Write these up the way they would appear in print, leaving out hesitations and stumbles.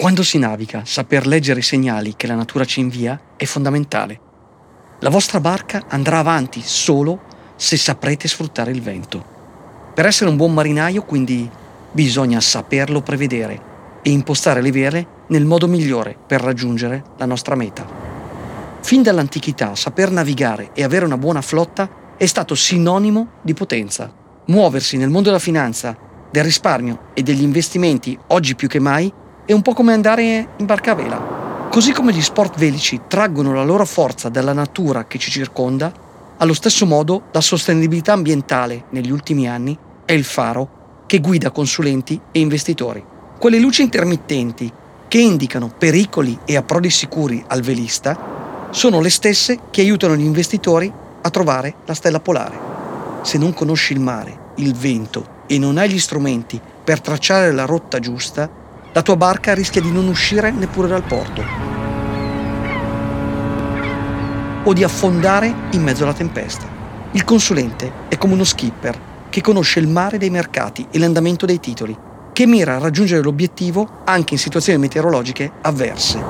Quando si naviga, saper leggere i segnali che la natura ci invia è fondamentale. La vostra barca andrà avanti solo se saprete sfruttare il vento. Per essere un buon marinaio, quindi, bisogna saperlo prevedere e impostare le vele nel modo migliore per raggiungere la nostra meta. Fin dall'antichità, saper navigare e avere una buona flotta è stato sinonimo di potenza. Muoversi nel mondo della finanza, del risparmio e degli investimenti oggi più che mai è un po' come andare in barca a vela. Così come gli sport velici traggono la loro forza dalla natura che ci circonda, allo stesso modo la sostenibilità ambientale negli ultimi anni è il faro che guida consulenti e investitori. Quelle luci intermittenti che indicano pericoli e approdi sicuri al velista sono le stesse che aiutano gli investitori a trovare la stella polare. Se non conosci il mare, il vento e non hai gli strumenti per tracciare la rotta giusta, la tua barca rischia di non uscire neppure dal porto o di affondare in mezzo alla tempesta. Il consulente è come uno skipper che conosce il mare dei mercati e l'andamento dei titoli, che mira a raggiungere l'obiettivo anche in situazioni meteorologiche avverse.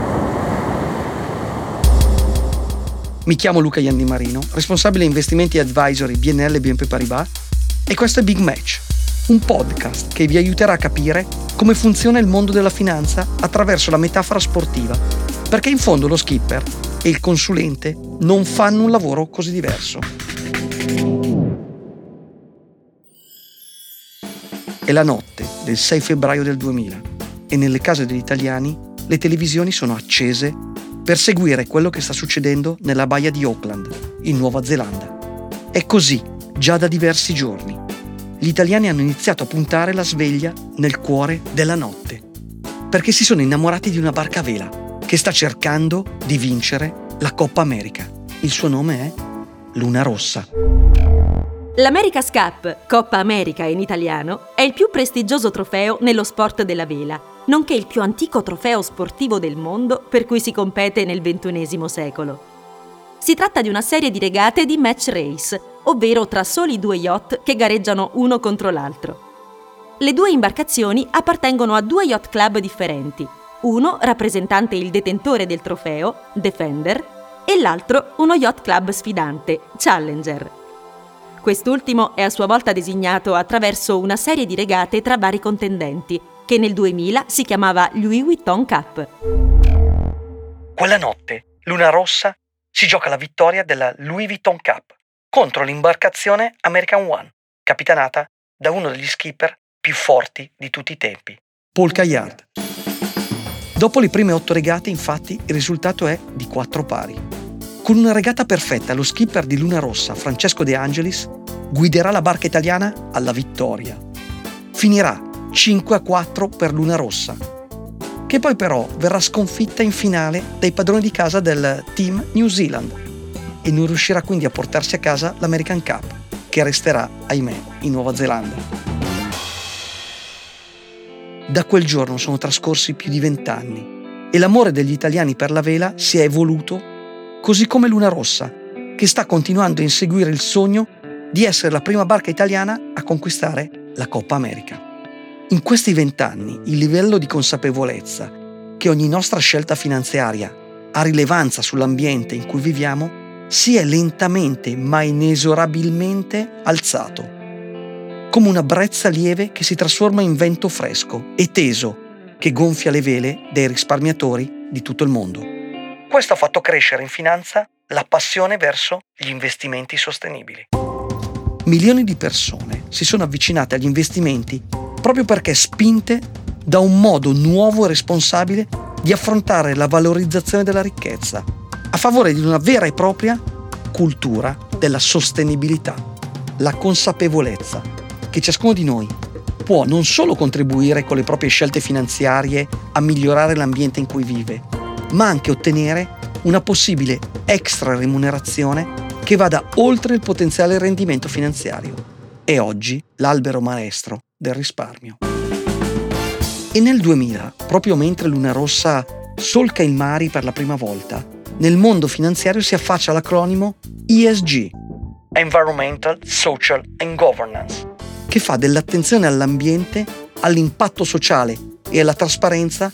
Mi chiamo Luca Ianni Marino, responsabile investimenti e advisory BNL BNP Paribas, e questo è Big Match, un podcast che vi aiuterà a capire come funziona il mondo della finanza attraverso la metafora sportiva, perché in fondo lo skipper e il consulente non fanno un lavoro così diverso. È la notte del 6 febbraio del 2000 e nelle case degli italiani le televisioni sono accese per seguire quello che sta succedendo nella baia di Auckland, in Nuova Zelanda. È così già da diversi giorni. Gli italiani hanno iniziato a puntare la sveglia nel cuore della notte, perché si sono innamorati di una barca a vela che sta cercando di vincere la Coppa America. Il suo nome è Luna Rossa. L'America's Cup, Coppa America in italiano, è il più prestigioso trofeo nello sport della vela, nonché il più antico trofeo sportivo del mondo per cui si compete nel XXI secolo. Si tratta di una serie di regate di match race, ovvero tra soli due yacht che gareggiano uno contro l'altro. Le due imbarcazioni appartengono a due yacht club differenti, uno rappresentante il detentore del trofeo, Defender, e l'altro uno yacht club sfidante, Challenger. Quest'ultimo è a sua volta designato attraverso una serie di regate tra vari contendenti, che nel 2000 si chiamava Louis Vuitton Cup. Quella notte, Luna Rossa si gioca la vittoria della Louis Vuitton Cup contro l'imbarcazione American One, capitanata da uno degli skipper più forti di tutti i tempi, Paul Caillard. Dopo le prime 8 regate, infatti, il risultato è di 4 pari. Con una regata perfetta, lo skipper di Luna Rossa, Francesco De Angelis, guiderà la barca italiana alla vittoria. Finirà 5-4 per Luna Rossa, che poi però verrà sconfitta in finale dai padroni di casa del Team New Zealand e non riuscirà quindi a portarsi a casa l'American Cup, che resterà, ahimè, in Nuova Zelanda. Da quel giorno sono trascorsi più di 20 anni e l'amore degli italiani per la vela si è evoluto, così come Luna Rossa, che sta continuando a inseguire il sogno di essere la prima barca italiana a conquistare la Coppa America. In questi 20 anni il livello di consapevolezza che ogni nostra scelta finanziaria ha rilevanza sull'ambiente in cui viviamo si è lentamente ma inesorabilmente alzato, come una brezza lieve che si trasforma in vento fresco e teso che gonfia le vele dei risparmiatori di tutto il mondo. Questo ha fatto crescere in finanza la passione verso gli investimenti sostenibili. Milioni di persone si sono avvicinate agli investimenti proprio perché spinte da un modo nuovo e responsabile di affrontare la valorizzazione della ricchezza, a favore di una vera e propria cultura della sostenibilità, la consapevolezza che ciascuno di noi può non solo contribuire con le proprie scelte finanziarie a migliorare l'ambiente in cui vive, ma anche ottenere una possibile extra remunerazione che vada oltre il potenziale rendimento finanziario. È oggi l'albero maestro del risparmio. E nel 2000, proprio mentre Luna Rossa solca i mari per la prima volta, nel mondo finanziario si affaccia l'acronimo ESG, Environmental, Social and Governance, che fa dell'attenzione all'ambiente, all'impatto sociale e alla trasparenza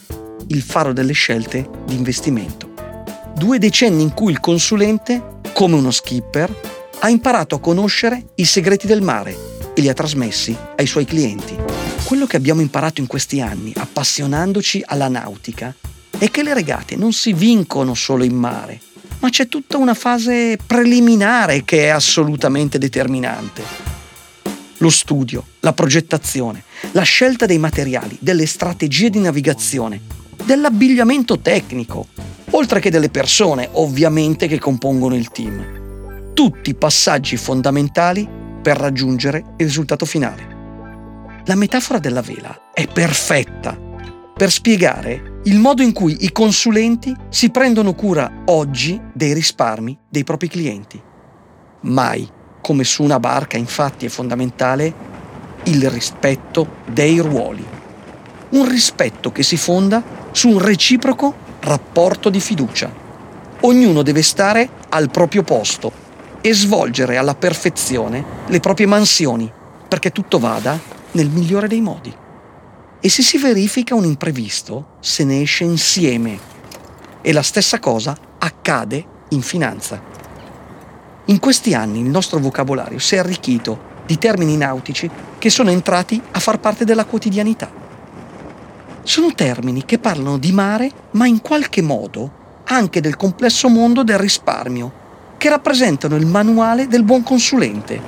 il faro delle scelte di investimento. 2 decenni in cui il consulente, come uno skipper, ha imparato a conoscere i segreti del mare e li ha trasmessi ai suoi clienti. Quello che abbiamo imparato in questi anni, appassionandoci alla nautica, è che le regate non si vincono solo in mare, ma c'è tutta una fase preliminare che è assolutamente determinante. Lo studio, la progettazione, la scelta dei materiali, delle strategie di navigazione, dell'abbigliamento tecnico, oltre che delle persone, ovviamente, che compongono il team. Tutti passaggi fondamentali per raggiungere il risultato finale. La metafora della vela è perfetta per spiegare il modo in cui i consulenti si prendono cura oggi dei risparmi dei propri clienti. Mai come su una barca, infatti, è fondamentale il rispetto dei ruoli. Un rispetto che si fonda su un reciproco rapporto di fiducia. Ognuno deve stare al proprio posto e svolgere alla perfezione le proprie mansioni, perché tutto vada nel migliore dei modi. E se si verifica un imprevisto, se ne esce insieme. E la stessa cosa accade in finanza. In questi anni il nostro vocabolario si è arricchito di termini nautici che sono entrati a far parte della quotidianità. Sono termini che parlano di mare, ma in qualche modo anche del complesso mondo del risparmio, che rappresentano il manuale del buon consulente.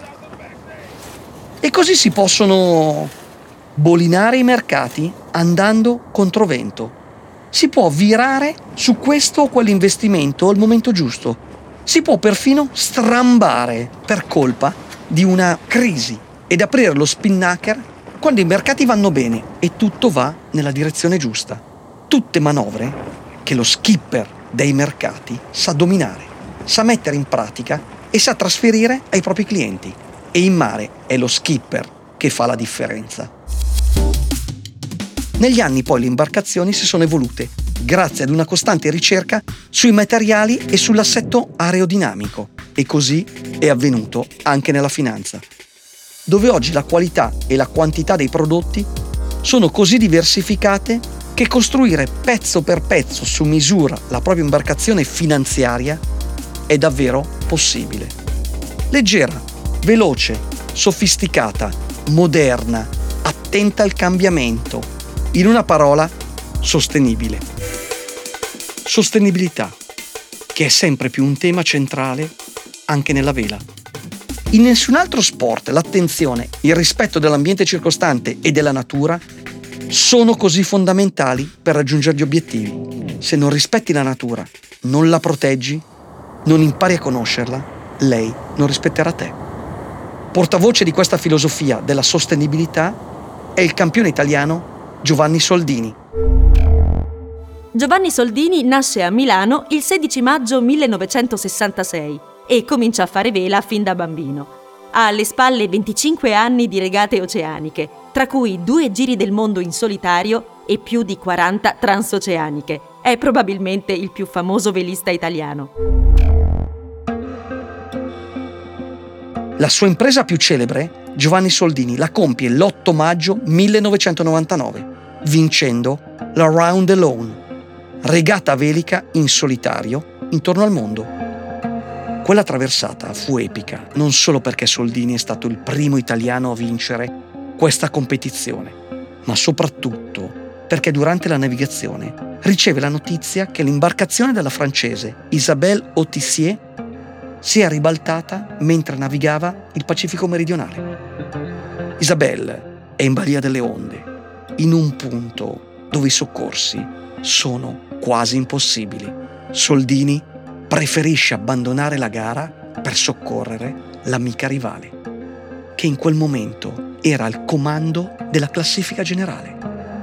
E così si possono bolinare i mercati andando controvento. Si può virare su questo o quell'investimento al momento giusto. Si può perfino strambare per colpa di una crisi ed aprire lo spinnaker quando i mercati vanno bene e tutto va nella direzione giusta. Tutte manovre che lo skipper dei mercati sa dominare, sa mettere in pratica e sa trasferire ai propri clienti. E in mare è lo skipper che fa la differenza. Negli anni poi le imbarcazioni si sono evolute grazie ad una costante ricerca sui materiali e sull'assetto aerodinamico, e così è avvenuto anche nella finanza, dove oggi la qualità e la quantità dei prodotti sono così diversificate che costruire pezzo per pezzo su misura la propria imbarcazione finanziaria è davvero possibile. Leggera, veloce, sofisticata, moderna, attenta al cambiamento. In una parola, sostenibile. Sostenibilità, che è sempre più un tema centrale anche nella vela. In nessun altro sport l'attenzione, il rispetto dell'ambiente circostante e della natura sono così fondamentali per raggiungere gli obiettivi. Se non rispetti la natura, non la proteggi, non impari a conoscerla, lei non rispetterà te. Portavoce di questa filosofia della sostenibilità è il campione italiano Giovanni Soldini. Giovanni Soldini nasce a Milano il 16 maggio 1966 e comincia a fare vela fin da bambino. Ha alle spalle 25 anni di regate oceaniche, tra cui 2 giri del mondo in solitario e più di 40 transoceaniche. È probabilmente il più famoso velista italiano. La sua impresa più celebre, Giovanni Soldini, la compie l'8 maggio 1999, vincendo la Round Alone, regata velica in solitario intorno al mondo. Quella traversata fu epica non solo perché Soldini è stato il primo italiano a vincere questa competizione, ma soprattutto perché durante la navigazione riceve la notizia che l'imbarcazione della francese Isabelle Autissier si è ribaltata mentre navigava il Pacifico meridionale. Isabelle è in balia delle onde, in un punto dove i soccorsi sono quasi impossibili. Soldini preferisce abbandonare la gara per soccorrere l'amica rivale, che in quel momento era al comando della classifica generale.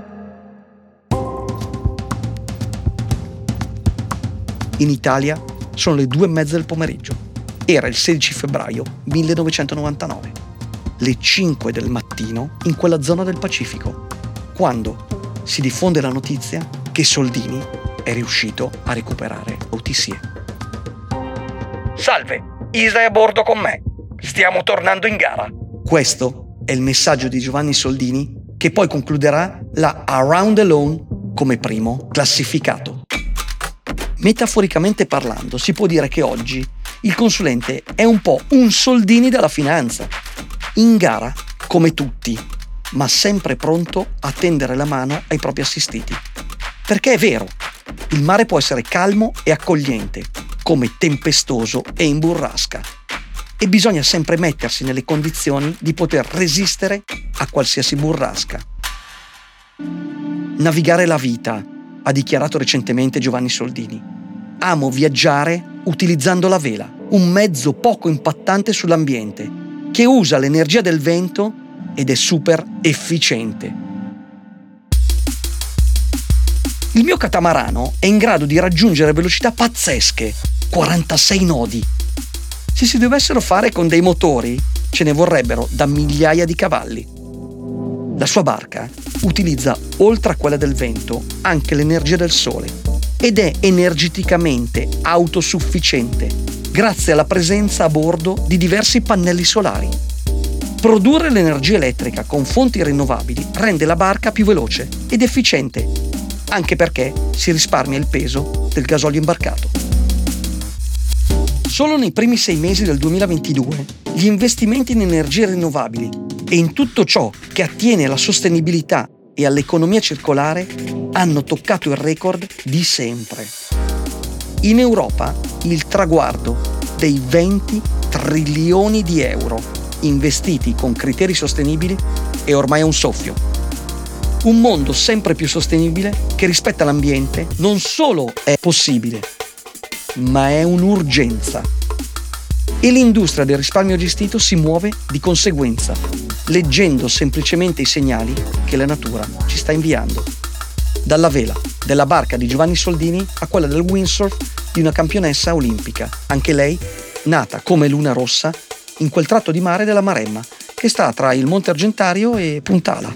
In Italia sono le 2:30 del pomeriggio. Era il 16 febbraio 1999, le 5 del mattino in quella zona del Pacifico, quando si diffonde la notizia che Soldini è riuscito a recuperare Autissier. Salve, Isa è a bordo con me. Stiamo tornando in gara. Questo è il messaggio di Giovanni Soldini, che poi concluderà la Around Alone come primo classificato. Metaforicamente parlando, si può dire che oggi il consulente è un po' un Soldini della finanza, in gara come tutti, ma sempre pronto a tendere la mano ai propri assistiti. Perché è vero, il mare può essere calmo e accogliente, come tempestoso e in burrasca. E bisogna sempre mettersi nelle condizioni di poter resistere a qualsiasi burrasca. Navigare la vita, ha dichiarato recentemente Giovanni Soldini. Amo viaggiare utilizzando la vela, un mezzo poco impattante sull'ambiente, che usa l'energia del vento ed è super efficiente. Il mio catamarano è in grado di raggiungere velocità pazzesche, 46 nodi. Se si dovessero fare con dei motori, ce ne vorrebbero da migliaia di cavalli. La sua barca utilizza, oltre a quella del vento, anche l'energia del sole ed è energeticamente autosufficiente grazie alla presenza a bordo di diversi pannelli solari. Produrre l'energia elettrica con fonti rinnovabili rende la barca più veloce ed efficiente, anche perché si risparmia il peso del gasolio imbarcato. Solo nei primi 6 mesi del 2022 gli investimenti in energie rinnovabili e in tutto ciò che attiene alla sostenibilità e all'economia circolare hanno toccato il record di sempre. In Europa il traguardo dei 20 trilioni di euro investiti con criteri sostenibili è ormai a un soffio. Un mondo sempre più sostenibile che rispetta l'ambiente non solo è possibile, ma è un'urgenza. E l'industria del risparmio gestito si muove di conseguenza, leggendo semplicemente i segnali che la natura ci sta inviando. Dalla vela della barca di Giovanni Soldini a quella del windsurf di una campionessa olimpica, anche lei nata come Luna Rossa in quel tratto di mare della Maremma, che sta tra il Monte Argentario e Puntala.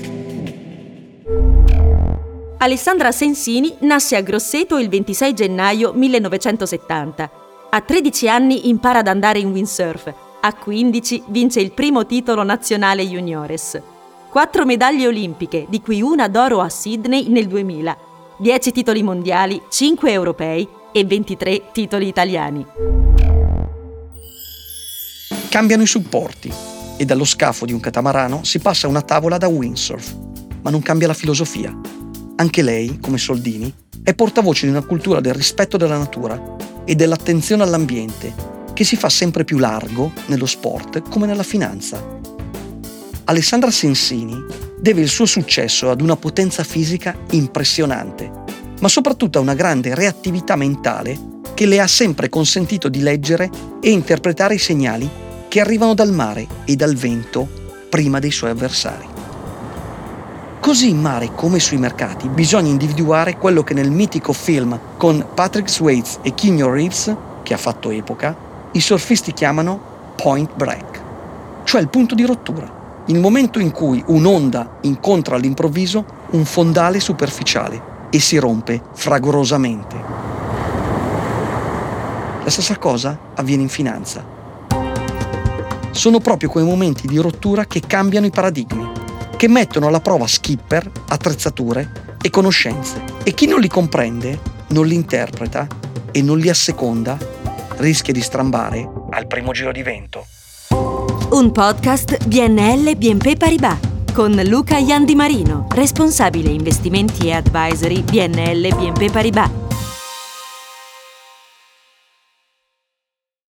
Alessandra Sensini nasce a Grosseto il 26 gennaio 1970. A 13 anni impara ad andare in windsurf. A 15 vince il primo titolo nazionale juniores. 4 medaglie olimpiche, di cui una d'oro a Sydney nel 2000. 10 titoli mondiali, 5 europei e 23 titoli italiani. Cambiano i supporti e dallo scafo di un catamarano si passa a una tavola da windsurf, ma non cambia la filosofia. Anche lei, come Soldini, è portavoce di una cultura del rispetto della natura e dell'attenzione all'ambiente che si fa sempre più largo nello sport come nella finanza. Alessandra Sensini deve il suo successo ad una potenza fisica impressionante, ma soprattutto a una grande reattività mentale che le ha sempre consentito di leggere e interpretare i segnali che arrivano dal mare e dal vento prima dei suoi avversari. Così in mare come sui mercati bisogna individuare quello che nel mitico film con Patrick Swayze e Keanu Reeves, che ha fatto epoca, i surfisti chiamano point break, cioè il punto di rottura, il momento in cui un'onda incontra all'improvviso un fondale superficiale e si rompe fragorosamente. La stessa cosa avviene in finanza. Sono proprio quei momenti di rottura che cambiano i paradigmi, che mettono alla prova skipper, attrezzature e conoscenze. E chi non li comprende, non li interpreta e non li asseconda, rischia di strambare al primo giro di vento. Un podcast BNL BNP Paribas con Luca Iandimarino, responsabile investimenti e advisory BNL BNP Paribas.